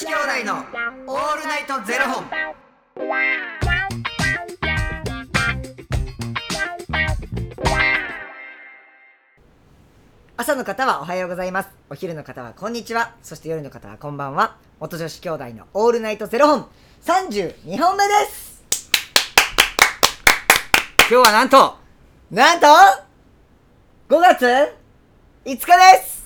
子兄弟のオールナイトゼロ本。 朝の方はおはようございます。お昼の方はこんにちは。そして夜の方はこんばんは。元女子兄弟のオールナイトゼロ本32本目です。 今日はなんと 5月5日です。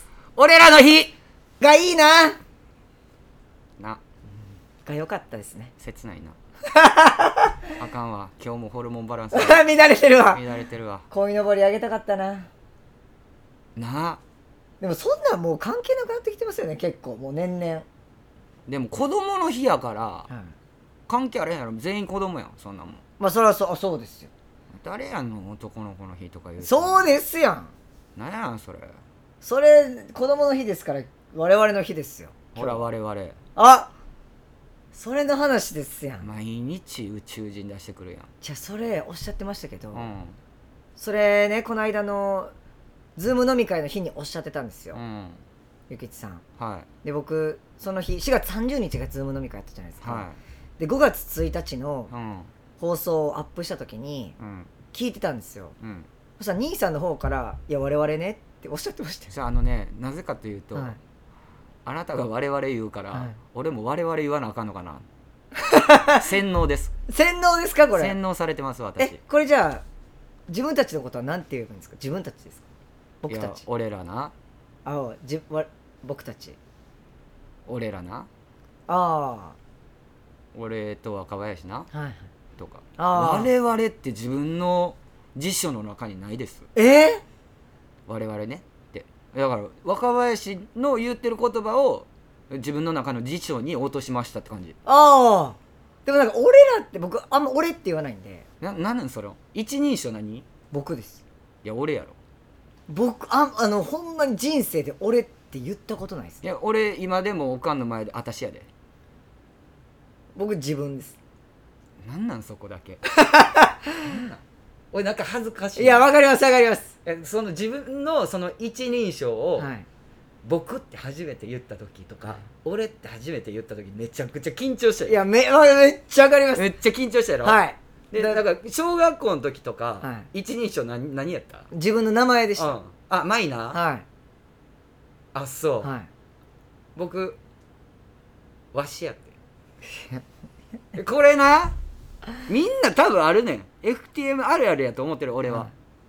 俺らの日がいいなな。 が良かったですね。 切ないなあかんわ、今日もホルモンバランス乱れてるわ。 乱れてるわ鯉のぼりあげたかったな。 な。 でもそんなんもう関係なくなってきてますよね。結構もう年々。 でも子供の日やから、 はい、 関係あれへんやろ。全員子供やん、そんなもん。 まあそれはそうですよ。 誰やんの、男の子の日とか言う。 そうですやん。 なんやんそれ。 それ子供の日ですから我々の日ですよ。 ほら我々 あ、それの話ですやん。 毎日宇宙人出してくるやん。 じゃあそれおっしゃってましたけど、 うん、 それね、この間のズーム飲み会の日におっしゃってたんですよ、 うん、 ゆきちさん。 はいで僕その日4月30日がズーム飲み会やったじゃないですか、 はで5月1日のい。うん放送をアップした時にうん聞いてたんですよ。 うん。 そしたら兄さんの方からいや我々ねっておっしゃってましたよ。 じゃあなぜかというと、 はい、 あなたが我々言うから、 はい、 俺も我々言わなあかんのかな洗脳です。 洗脳ですかこれ。 洗脳されてます私。 これじゃあ自分たちのことは何て言えばいいんですか。自分たちですか僕たいやち。 俺らな。 僕たち。 俺らな。 あ俺と若林な、 あ、はいはい、 とか。 あ我々って自分の辞書の中にないです。我々ねって。だから若林の言ってる言葉を自分の中の辞書に落としましたって感じ。 ああ、でもなんか俺らって僕あんま俺って言わないんで。 なんなんそれ一人称何。 僕です。 いや俺やろ。 僕ほんまに人生で俺って言ったことないです。 いや俺今でもおかんの前で私やで。 僕自分です。 なんそこだけ俺なんか恥ずかしい。 いやわかりますわかります。 その自分のその一人称を、 はい、 僕って初めて言った時とか、俺って初めて言った時めちゃくちゃ緊張したよ。 いやめっちゃわかります。 めっちゃ緊張したやろ。 はい。 でだから小学校の時とか、 は一人称何やった。 自分の名前でした。 あ、マイナー。 はい。 あ、そう、 はい、 僕わしやってこれな、みんな多分あるねん。 FTM あるあるやと思ってる俺は、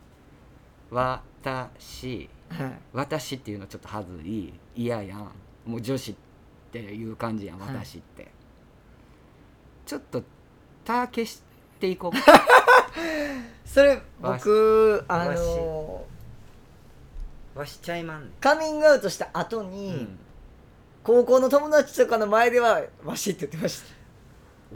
私っていうのちょっとはずい、嫌やん、もう女子っていう感じやん、私って、ちょっと消していこうそれ僕わしちゃいまんねん。 カミングアウトした後に、高校の友達とかの前ではわしって言ってました。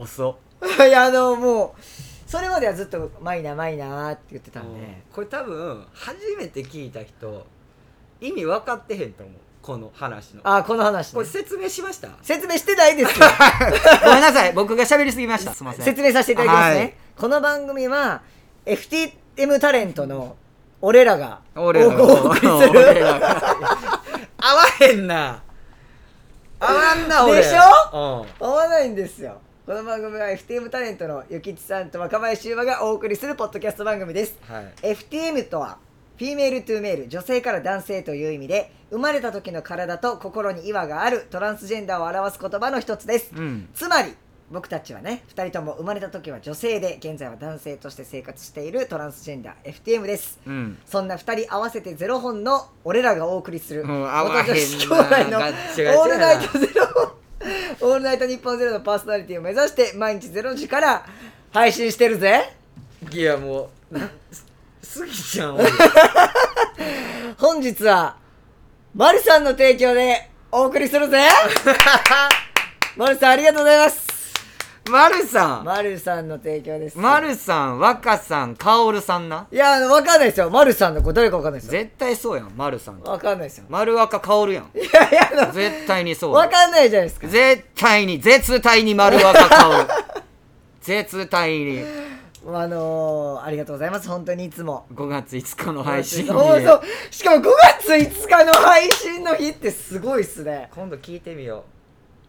遅いやもうそれまではずっとマイナーって言ってたんで、 これ多分初めて聞いた人意味分かってへんと思う、この話の。 この話、ね、 これ説明しました。 説明してないですよごめんなさい、僕が喋りすぎました。すいません。 説明させていただきますね、はい、この番組は FTM タレントの俺らが俺らが合わへんな、合わんな俺でしょ。合わないんですよ。この番組は FTM タレントのゆきちさんと若林優馬がお送りするポッドキャスト番組です、はい、FTM とはフィメールトゥーメール、女性から男性という意味で、生まれた時の体と心に違和があるトランスジェンダーを表す言葉の一つです、つまり僕たちはね、2人とも生まれた時は女性で現在は男性として生活しているトランスジェンダー FTM です、そんな2人合わせて0本の俺らがお送りする元女子兄弟のオールナイトゼロ本オールナイトニッポンゼロのパーソナリティを目指して毎日0時から配信してるぜ。 いやもうすぎちゃん本日はマルさんの提供でお送りするぜマルさんありがとうございます。 マルさんの提供です。 マルさん、若さん、カオルさんな。 いやわかんないですよ。マルさんのこれ誰かわかんないですよ。 絶対そうやん、マルさん。 わかんないですよ。 丸若カオルやん。 いや絶対にそう。 わかんないじゃないですか。 絶対に丸若カオル絶対にありがとうございます。本当にいつも 5月5日の配信そうしかも5月5日の配信の日ってすごいっすね。 今度聞いてみよ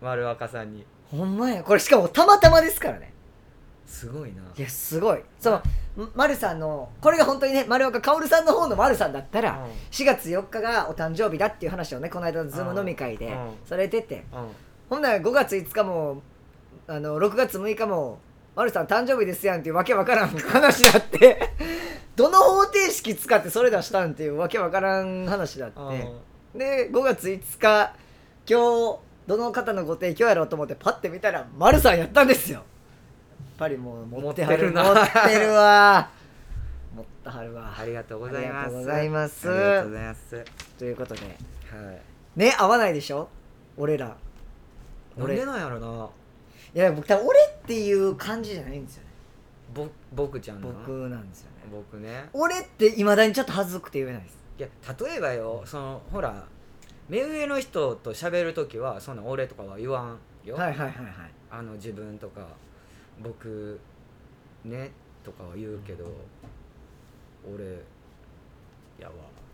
丸若さんに。 ほんまや、これしかもたまたまですからね。 すごいな。 いやすごい。その丸さんのこれが本当にね、丸岡薫さんの方の丸さんだったら、4月4日がお誕生日だっていう話をね、この間のズーム飲み会でされてて、ほんなら5月5日も6月6日も丸さん誕生日ですやんっていうわけわからん話だってどの方程式使ってそれ出したんっていうわけわからん話だって、で5月5日今日どの方のご提供やろうと思ってパッて見たら丸さんやったんですよ。やっぱりもう持ってはるな、持ってるわ、持ってはるわ。 ありがとうございます。 ありがとうございます。 ありがとうございます。 ということで、 はい。 ね、合わないでしょ俺ら。 なんでなんやろな。 いや僕多分俺っていう感じじゃないんですよね。 僕ちゃんの。 僕なんですよね。 僕ね。 俺っていまだにちょっと恥ずくて言えないです。 いや例えばよ、そのほら目上の人と喋るときはそんな俺とかは言わんよ。 はいはいはいはい。 自分とか僕ねとかは言うけど、俺や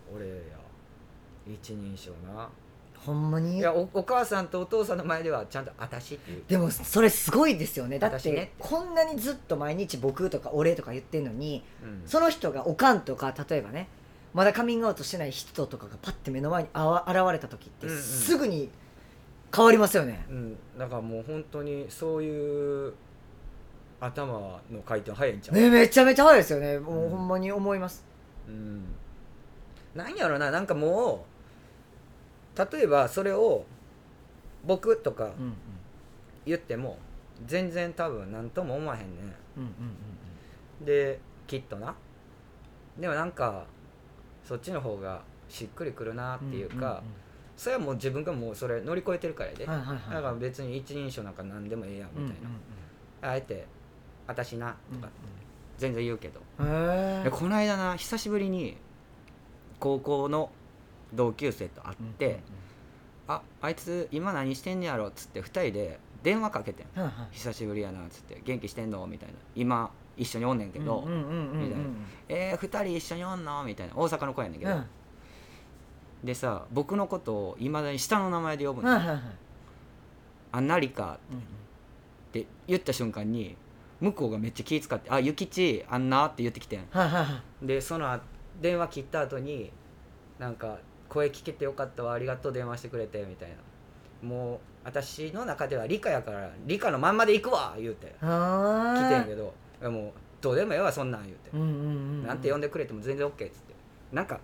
一人称な。 ほんまに。 いや お母さんとお父さんの前ではちゃんと私って言う。 でもそれすごいですよね。だってね、 こんなにずっと毎日僕とか俺とか言ってんのに、 その人がおかんとか例えばね、まだカミングアウトしてない人とかがパッて目の前に現れた時ってすぐに変わりますよね。 だからもう本当にそういう頭の回転早いんちゃうね、めちゃめちゃ早いですよね。もうほんまに思います。 なんやろな、なんかもう例えばそれを僕とか言っても全然多分何とも思わへんね、できっとな。でもなんかそっちの方がしっくりくるなっていうか、それはもう自分がもうそれ乗り越えてるからで、だから別に一人称なんか何でもええやんみたいな、あえて私なとか全然言うけど、でこの間な久しぶりに高校の同級生と会って、あいつ今何してんねやろっつって2人で電話かけてん、久しぶりやなっつって元気してんのみたいな、今一緒におんねんけどみたいな、2人一緒におんのみたいな、大阪の子やねんけど、でさ僕のことをいまだに下の名前で呼ぶの、あんなりかって言った瞬間に向こうがめっちゃ気遣って、あゆきちあんなって言ってきてん、でその電話切った後になんか声聞けてよかったわ、ありがとう電話してくれてみたいな、もう私の中では理科やから理科のまんまで行くわ言うて来てんけど、もうどうでもええわそんなん言うて、なんて呼んでくれても全然 OK っつって、なんか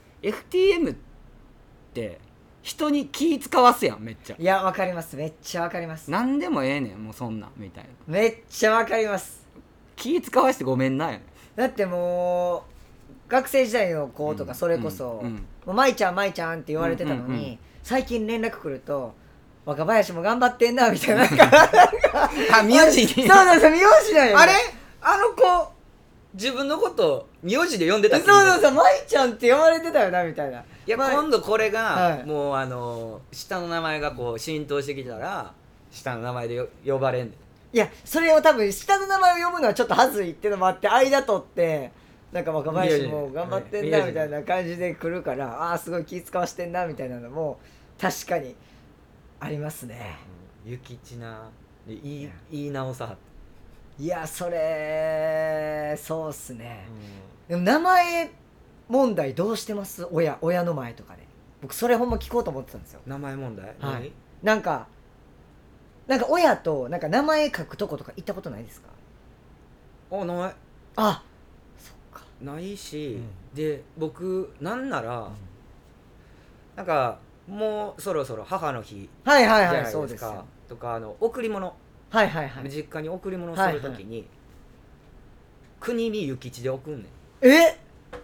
FTM って人に気使わすやんめっちゃ。 いやわかります、めっちゃわかります。 なんでもええねんもうそんなんみたいな、 めっちゃわかります。 気使わしてごめんなやねん。 だってもう学生時代の子とかそれこそ、もう舞ちゃん舞ちゃんって言われてたのに、最近連絡来ると若林も頑張ってんなみたいな、 あ名字にそうなんですよ、名字なんよ。 あれあの子自分のこと名字で呼んでたっけ。 そう舞ちゃんって呼ばれてたよなみたいな。いや、今度これが、もう下の名前がこう浸透してきたら下の名前で呼ばれんねん。 いやそれを多分下の名前を呼ぶのはちょっと恥ずいっていうのもあって、間取ってなんか若林も頑張ってんなみたいな感じで来るから、ああすごい気使わしてんなみたいなのも確かにありますね。 ゆきちな言い直さはって。 いやそれそうっすね、でも名前問題どうしてます？親の前とかで。僕それほんま聞こうと思ってたんですよ。 名前問題、 はい、なんか親となんか名前書くとことか行ったことないですか？ ない。 あ、そっか。 ないし、で僕なんなら、なんかもうそろそろ母の日じゃないですか、とか贈り物、実家に贈り物するときに、国見諭吉で送んねん。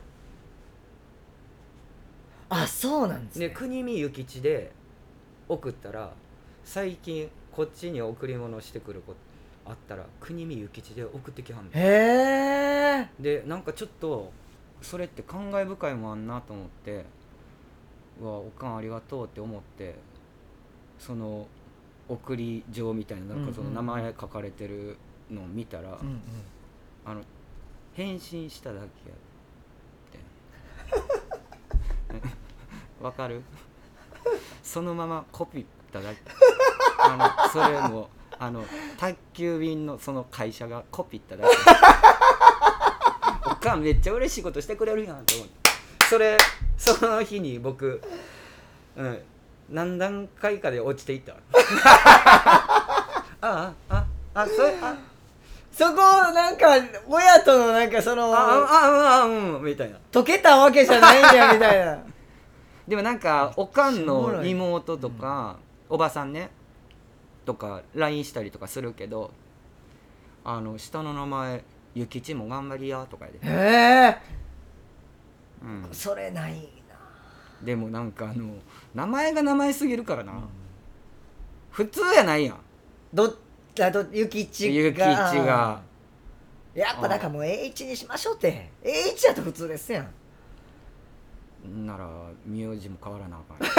あ、そうなんですね。 で国見諭吉で送ったら、最近こっちに贈り物してくる子あったら国見諭吉で送ってきはんねん。 へえ。 でなんかちょっとそれって感慨深いもんあんなと思って、うわおかんありがとうって思って、その送り状みたいな、なんかその名前書かれてるのを見たら、返信しただけやってわかるそのままコピっただけそれも宅急便のその会社がコピっただけおかんめっちゃ嬉しいことしてくれるやんと思ってその日に僕、何段階かで落ちていったそこなんか親とのなんかそのみたいな溶けたわけじゃないんだよみたいなでもなんかおかんの妹とか、おばさんねとか LINE したりとかするけど下の名前ゆきちも頑張りやとかでそれないな。 でもなんか名前が名前すぎるからな、普通やないやんゆきちがやっぱだからもう H にしましょうって H だと普通ですやん。 なら名字も変わらなあかん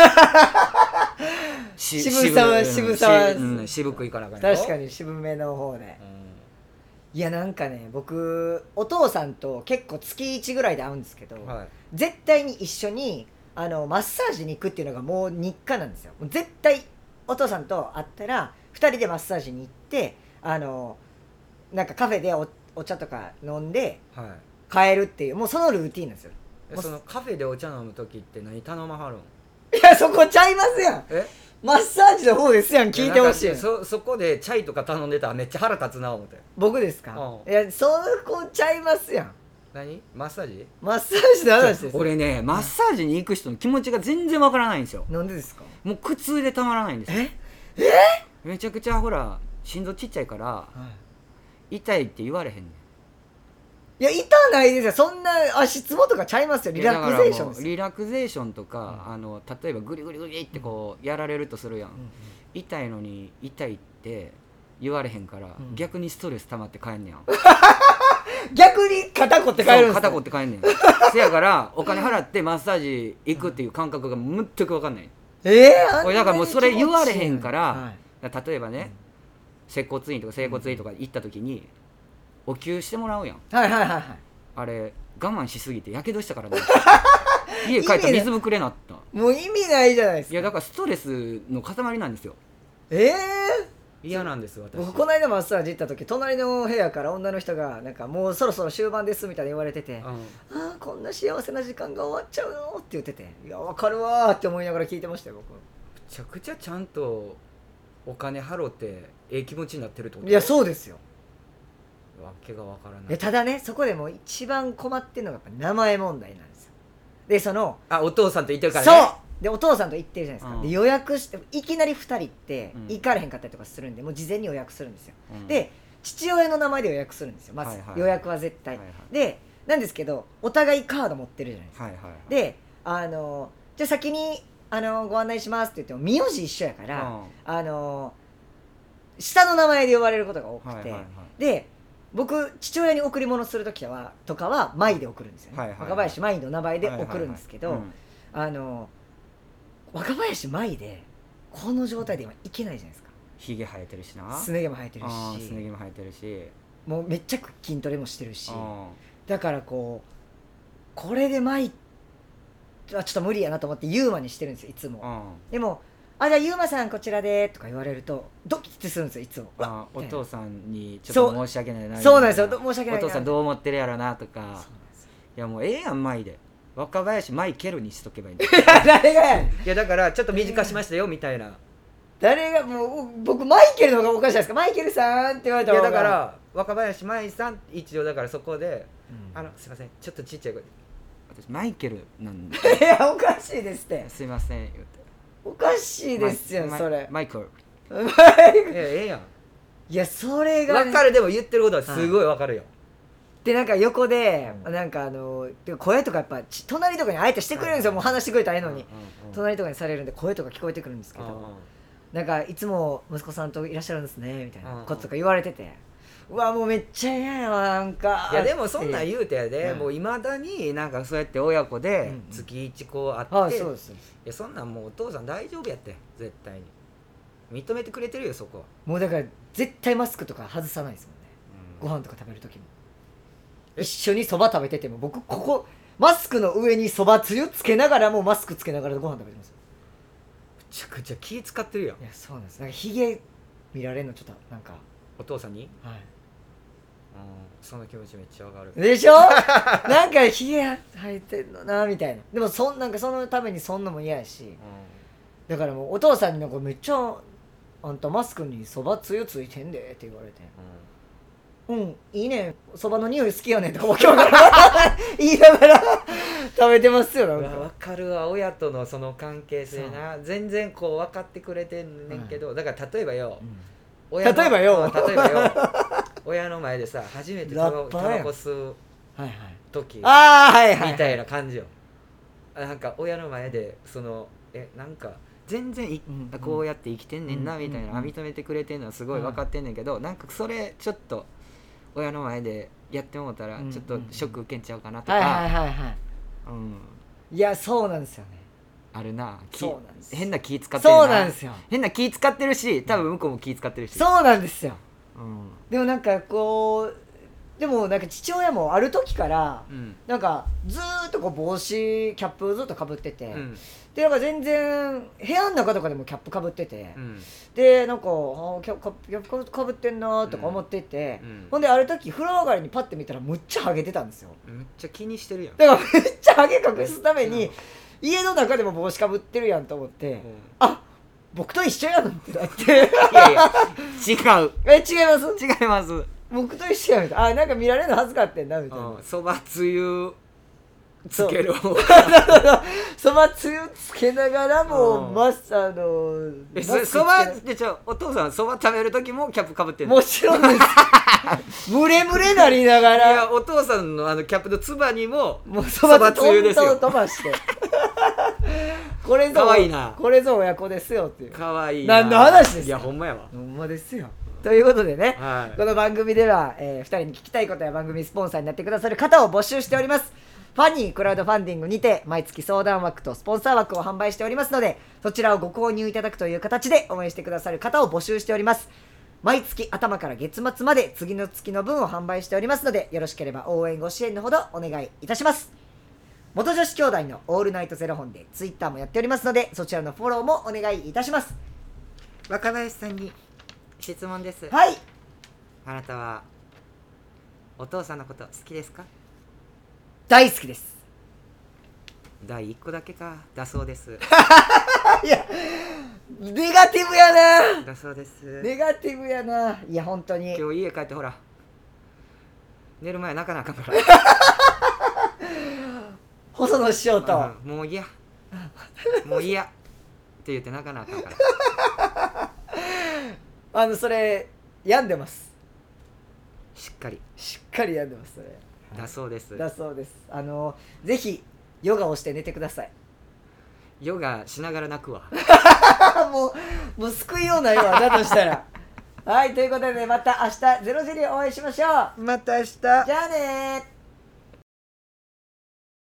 渋沢渋くいかなあかん。 確かに渋めの方で、いやなんかね僕お父さんと結構月1ぐらいで会うんですけど、絶対に一緒にマッサージに行くっていうのがもう日課なんですよ。もう絶対お父さんと会ったら2人でマッサージに行ってなんかカフェで お茶とか飲んで帰るっていう、もうそのルーティーンなんですよ。 そのカフェでお茶飲む時って何頼まはるん？ いやそこちゃいますやん。マッサージの方ですやん。聞いてほしい。 そこでチャイとか頼んでたらめっちゃ腹立つな思って。 僕ですか？いやそこちゃいますやん。 何？マッサージの話です。 俺ねマッサージに行く人の気持ちが全然わからないんですよ。 なんでですか？ もう苦痛でたまらないんですよ。めちゃくちゃほら心臓ちっちゃいから、痛いって言われへんねん。 いや痛ないですよ。そんな足つぼとかちゃいますよ。リラクゼーションです。 リラクゼーションとか、例えばグリグリグリってこうやられるとするやん、痛いのに痛いって言われへんから、逆にストレス溜まって帰んねやん逆に肩こって帰るんですか？ 肩こって帰んねんせやからお金払ってマッサージ行くっていう感覚が全く分かんない。俺だからもうそれ言われへんから、例えばね、接骨院とか整骨院とか行った時にお灸してもらうやん。あれ我慢しすぎてやけどしたからね家帰ったら水ぶくれなった。 もう意味ないじゃないですか。 いやだからストレスの塊なんですよ。嫌なんです私。 僕この間マッサージ行った時隣の部屋から女の人がなんかもうそろそろ終盤ですみたいに言われてて、こんな幸せな時間が終わっちゃうのって言ってて、いや分かるわって思いながら聞いてましたよ僕。 めちゃくちゃちゃんとお金払って気持ちになってるってこと？ いやそうですよ。 わけがわからない。 ただねそこでも一番困ってるのがやっぱ名前問題なんですよ。でお父さんと言ってるからね。 そうでお父さんと言ってるじゃないですか、で予約していきなり2人って行かれへんかったりとかするんで、もう事前に予約するんですよ、で父親の名前で予約するんですよまず、予約は絶対、でなんですけどお互いカード持ってるじゃないですか、でじゃあ先にご案内しますって言っても名字一緒やから、下の名前で呼ばれることが多くて、で僕父親に贈り物する時とかは舞で送るんですよね、若林舞の名前で送るんですけど、若林舞でこの状態で今いけないじゃないですか。 ひげ生えてるしな、 すね毛も生えてるし、もうめっちゃ筋トレもしてるし、だからこれで舞はちょっと無理やなと思ってユーマにしてるんですよいつも、でもじゃあユーマさんこちらでとか言われるとドキッてするんですよいつも。 お父さんにちょっと申し訳ないな。 そうなんですよ、申し訳ないな、 お父さんどう思ってるやろなとか。いやもうやん舞で若林マイケルにしとけばいいんだ誰がやん。 いやだからちょっと短しましたよみたいな。 誰がもう僕マイケルの方がおかしいですか。マイケルさんって言われたら。 いやだから若林舞さん一応だからそこで、すいませんちょっとちっちゃい声で私マイケルなんでいやおかしいですってすいません言っておかしいですよそれ。 マイケルやん。 いやそれが分かる。でも言ってることはすごい分かるよ、 でなんか横で、なんか声とかやっぱ隣とかにあえてしてくれるんですよ、もう話してくれたらええのに、隣とかにされるんで声とか聞こえてくるんですけど、なんかいつも息子さんといらっしゃるんですねみたいなこととか言われてて、うわもうめっちゃ嫌やわなんか。 いやでもそんなん言うてやで、もういまだになんかそうやって親子で月1こう会って、 そうです。 いやそんなんもうお父さん大丈夫やって絶対に認めてくれてるよそこは。 もうだから絶対マスクとか外さないですもんね、ご飯とか食べる時も。一緒にそば食べてても僕ここマスクの上にそばつゆつけながらもマスクつけながらご飯食べてます。 普ちゃくちゃ気使ってるやん。 いやそうなんです。なんかヒゲ見られるのちょっとなんか、 お父さんに。 はい、 その気持ちめっちゃわかる。 でしょなんかヒゲ生えてんのなみたいな。でもなんかそのためにそんのも嫌やし、だからもうお父さんになんかめっちゃあんたマスクにそばつゆついてんでって言われて、うんいいねそばの匂い好きやねんとかも今日から言いながら食べてますよ。なんか分かるわ、親とのその関係性な、全然こう分かってくれてんねんけど、だから例えばよ、 例えばよ親の前でさ初めてタバコ吸うはいはい時はいはいみたいな感じよ。なんか親の前でそのなんか全然こうやって生きてんねんなみたいな、認めてくれてんのはすごい分かってんねんけど、なんかそれちょっと親の前でやってもうたらちょっとショック受けんちゃうかなとか、 いやそうなんですよね。 あるな。 そうなんです。 変な気使ってるな。 そうなんですよ。 変な気使ってるし、多分向こうも気使ってるし。 そうなんですよ。 うん、 でもなんかこうでもなんか父親もある時から、なんかずーっとこう帽子キャップをずっとかぶってて、でなんか全然部屋の中とかでもキャップかぶってて、でなんかキャップかぶってんなとか思ってて、ほんである時風呂上がりにパッて見たらむっちゃハゲてたんですよ。 めっちゃ気にしてるやん。 だからめっちゃハゲ隠すために、家の中でも帽子かぶってるやんと思って、あ僕と一緒やんってなっていやいや違う違います違います。 僕と一緒やみたいな、なんか見られるの恥ずかってんなみたいな。 そばつゆつける方そばつゆつけながらもそばお父さんそば食べる時もキャップかぶってんの？ もちろんですムレムレなりながら、 いやお父さんのキャップのつばにもそばつゆですよ。 飛ばしてこれぞかわいいな、 これぞ親子ですよっていう。 かわいいな。 何の話ですか。 いやほんまやわ。 ほんまですよ。ということでね、 はい、 この番組では、2人に聞きたいことや番組スポンサーになってくださる方を募集しております。ファニークラウドファンディングにて毎月相談枠とスポンサー枠を販売しておりますので、そちらをご購入いただくという形で応援してくださる方を募集しております。毎月頭から月末まで次の月の分を販売しておりますので、よろしければ応援ご支援のほどお願いいたします。元女子兄弟のオールナイトゼロ本でツイッターもやっておりますので、そちらのフォローもお願いいたします。 若林さんに質問です。 はい。 あなたはお父さんのこと好きですか？ 大好きです。 第1個だけかだそうですいやネガティブやな。 だそうです。 ネガティブやな。いや本当に今日家帰ってほら寝る前泣かなあかんから細野師匠と、 もう嫌って言って泣かなあかんからそれ病んでます。 しっかり病んでます。それだそうです。 だそうです。ぜひヨガをして寝てください。 ヨガしながら泣くわもう救いようないわだとしたらはい、ということでまた明日0時にお会いしましょう。 また明日。 じゃあねー。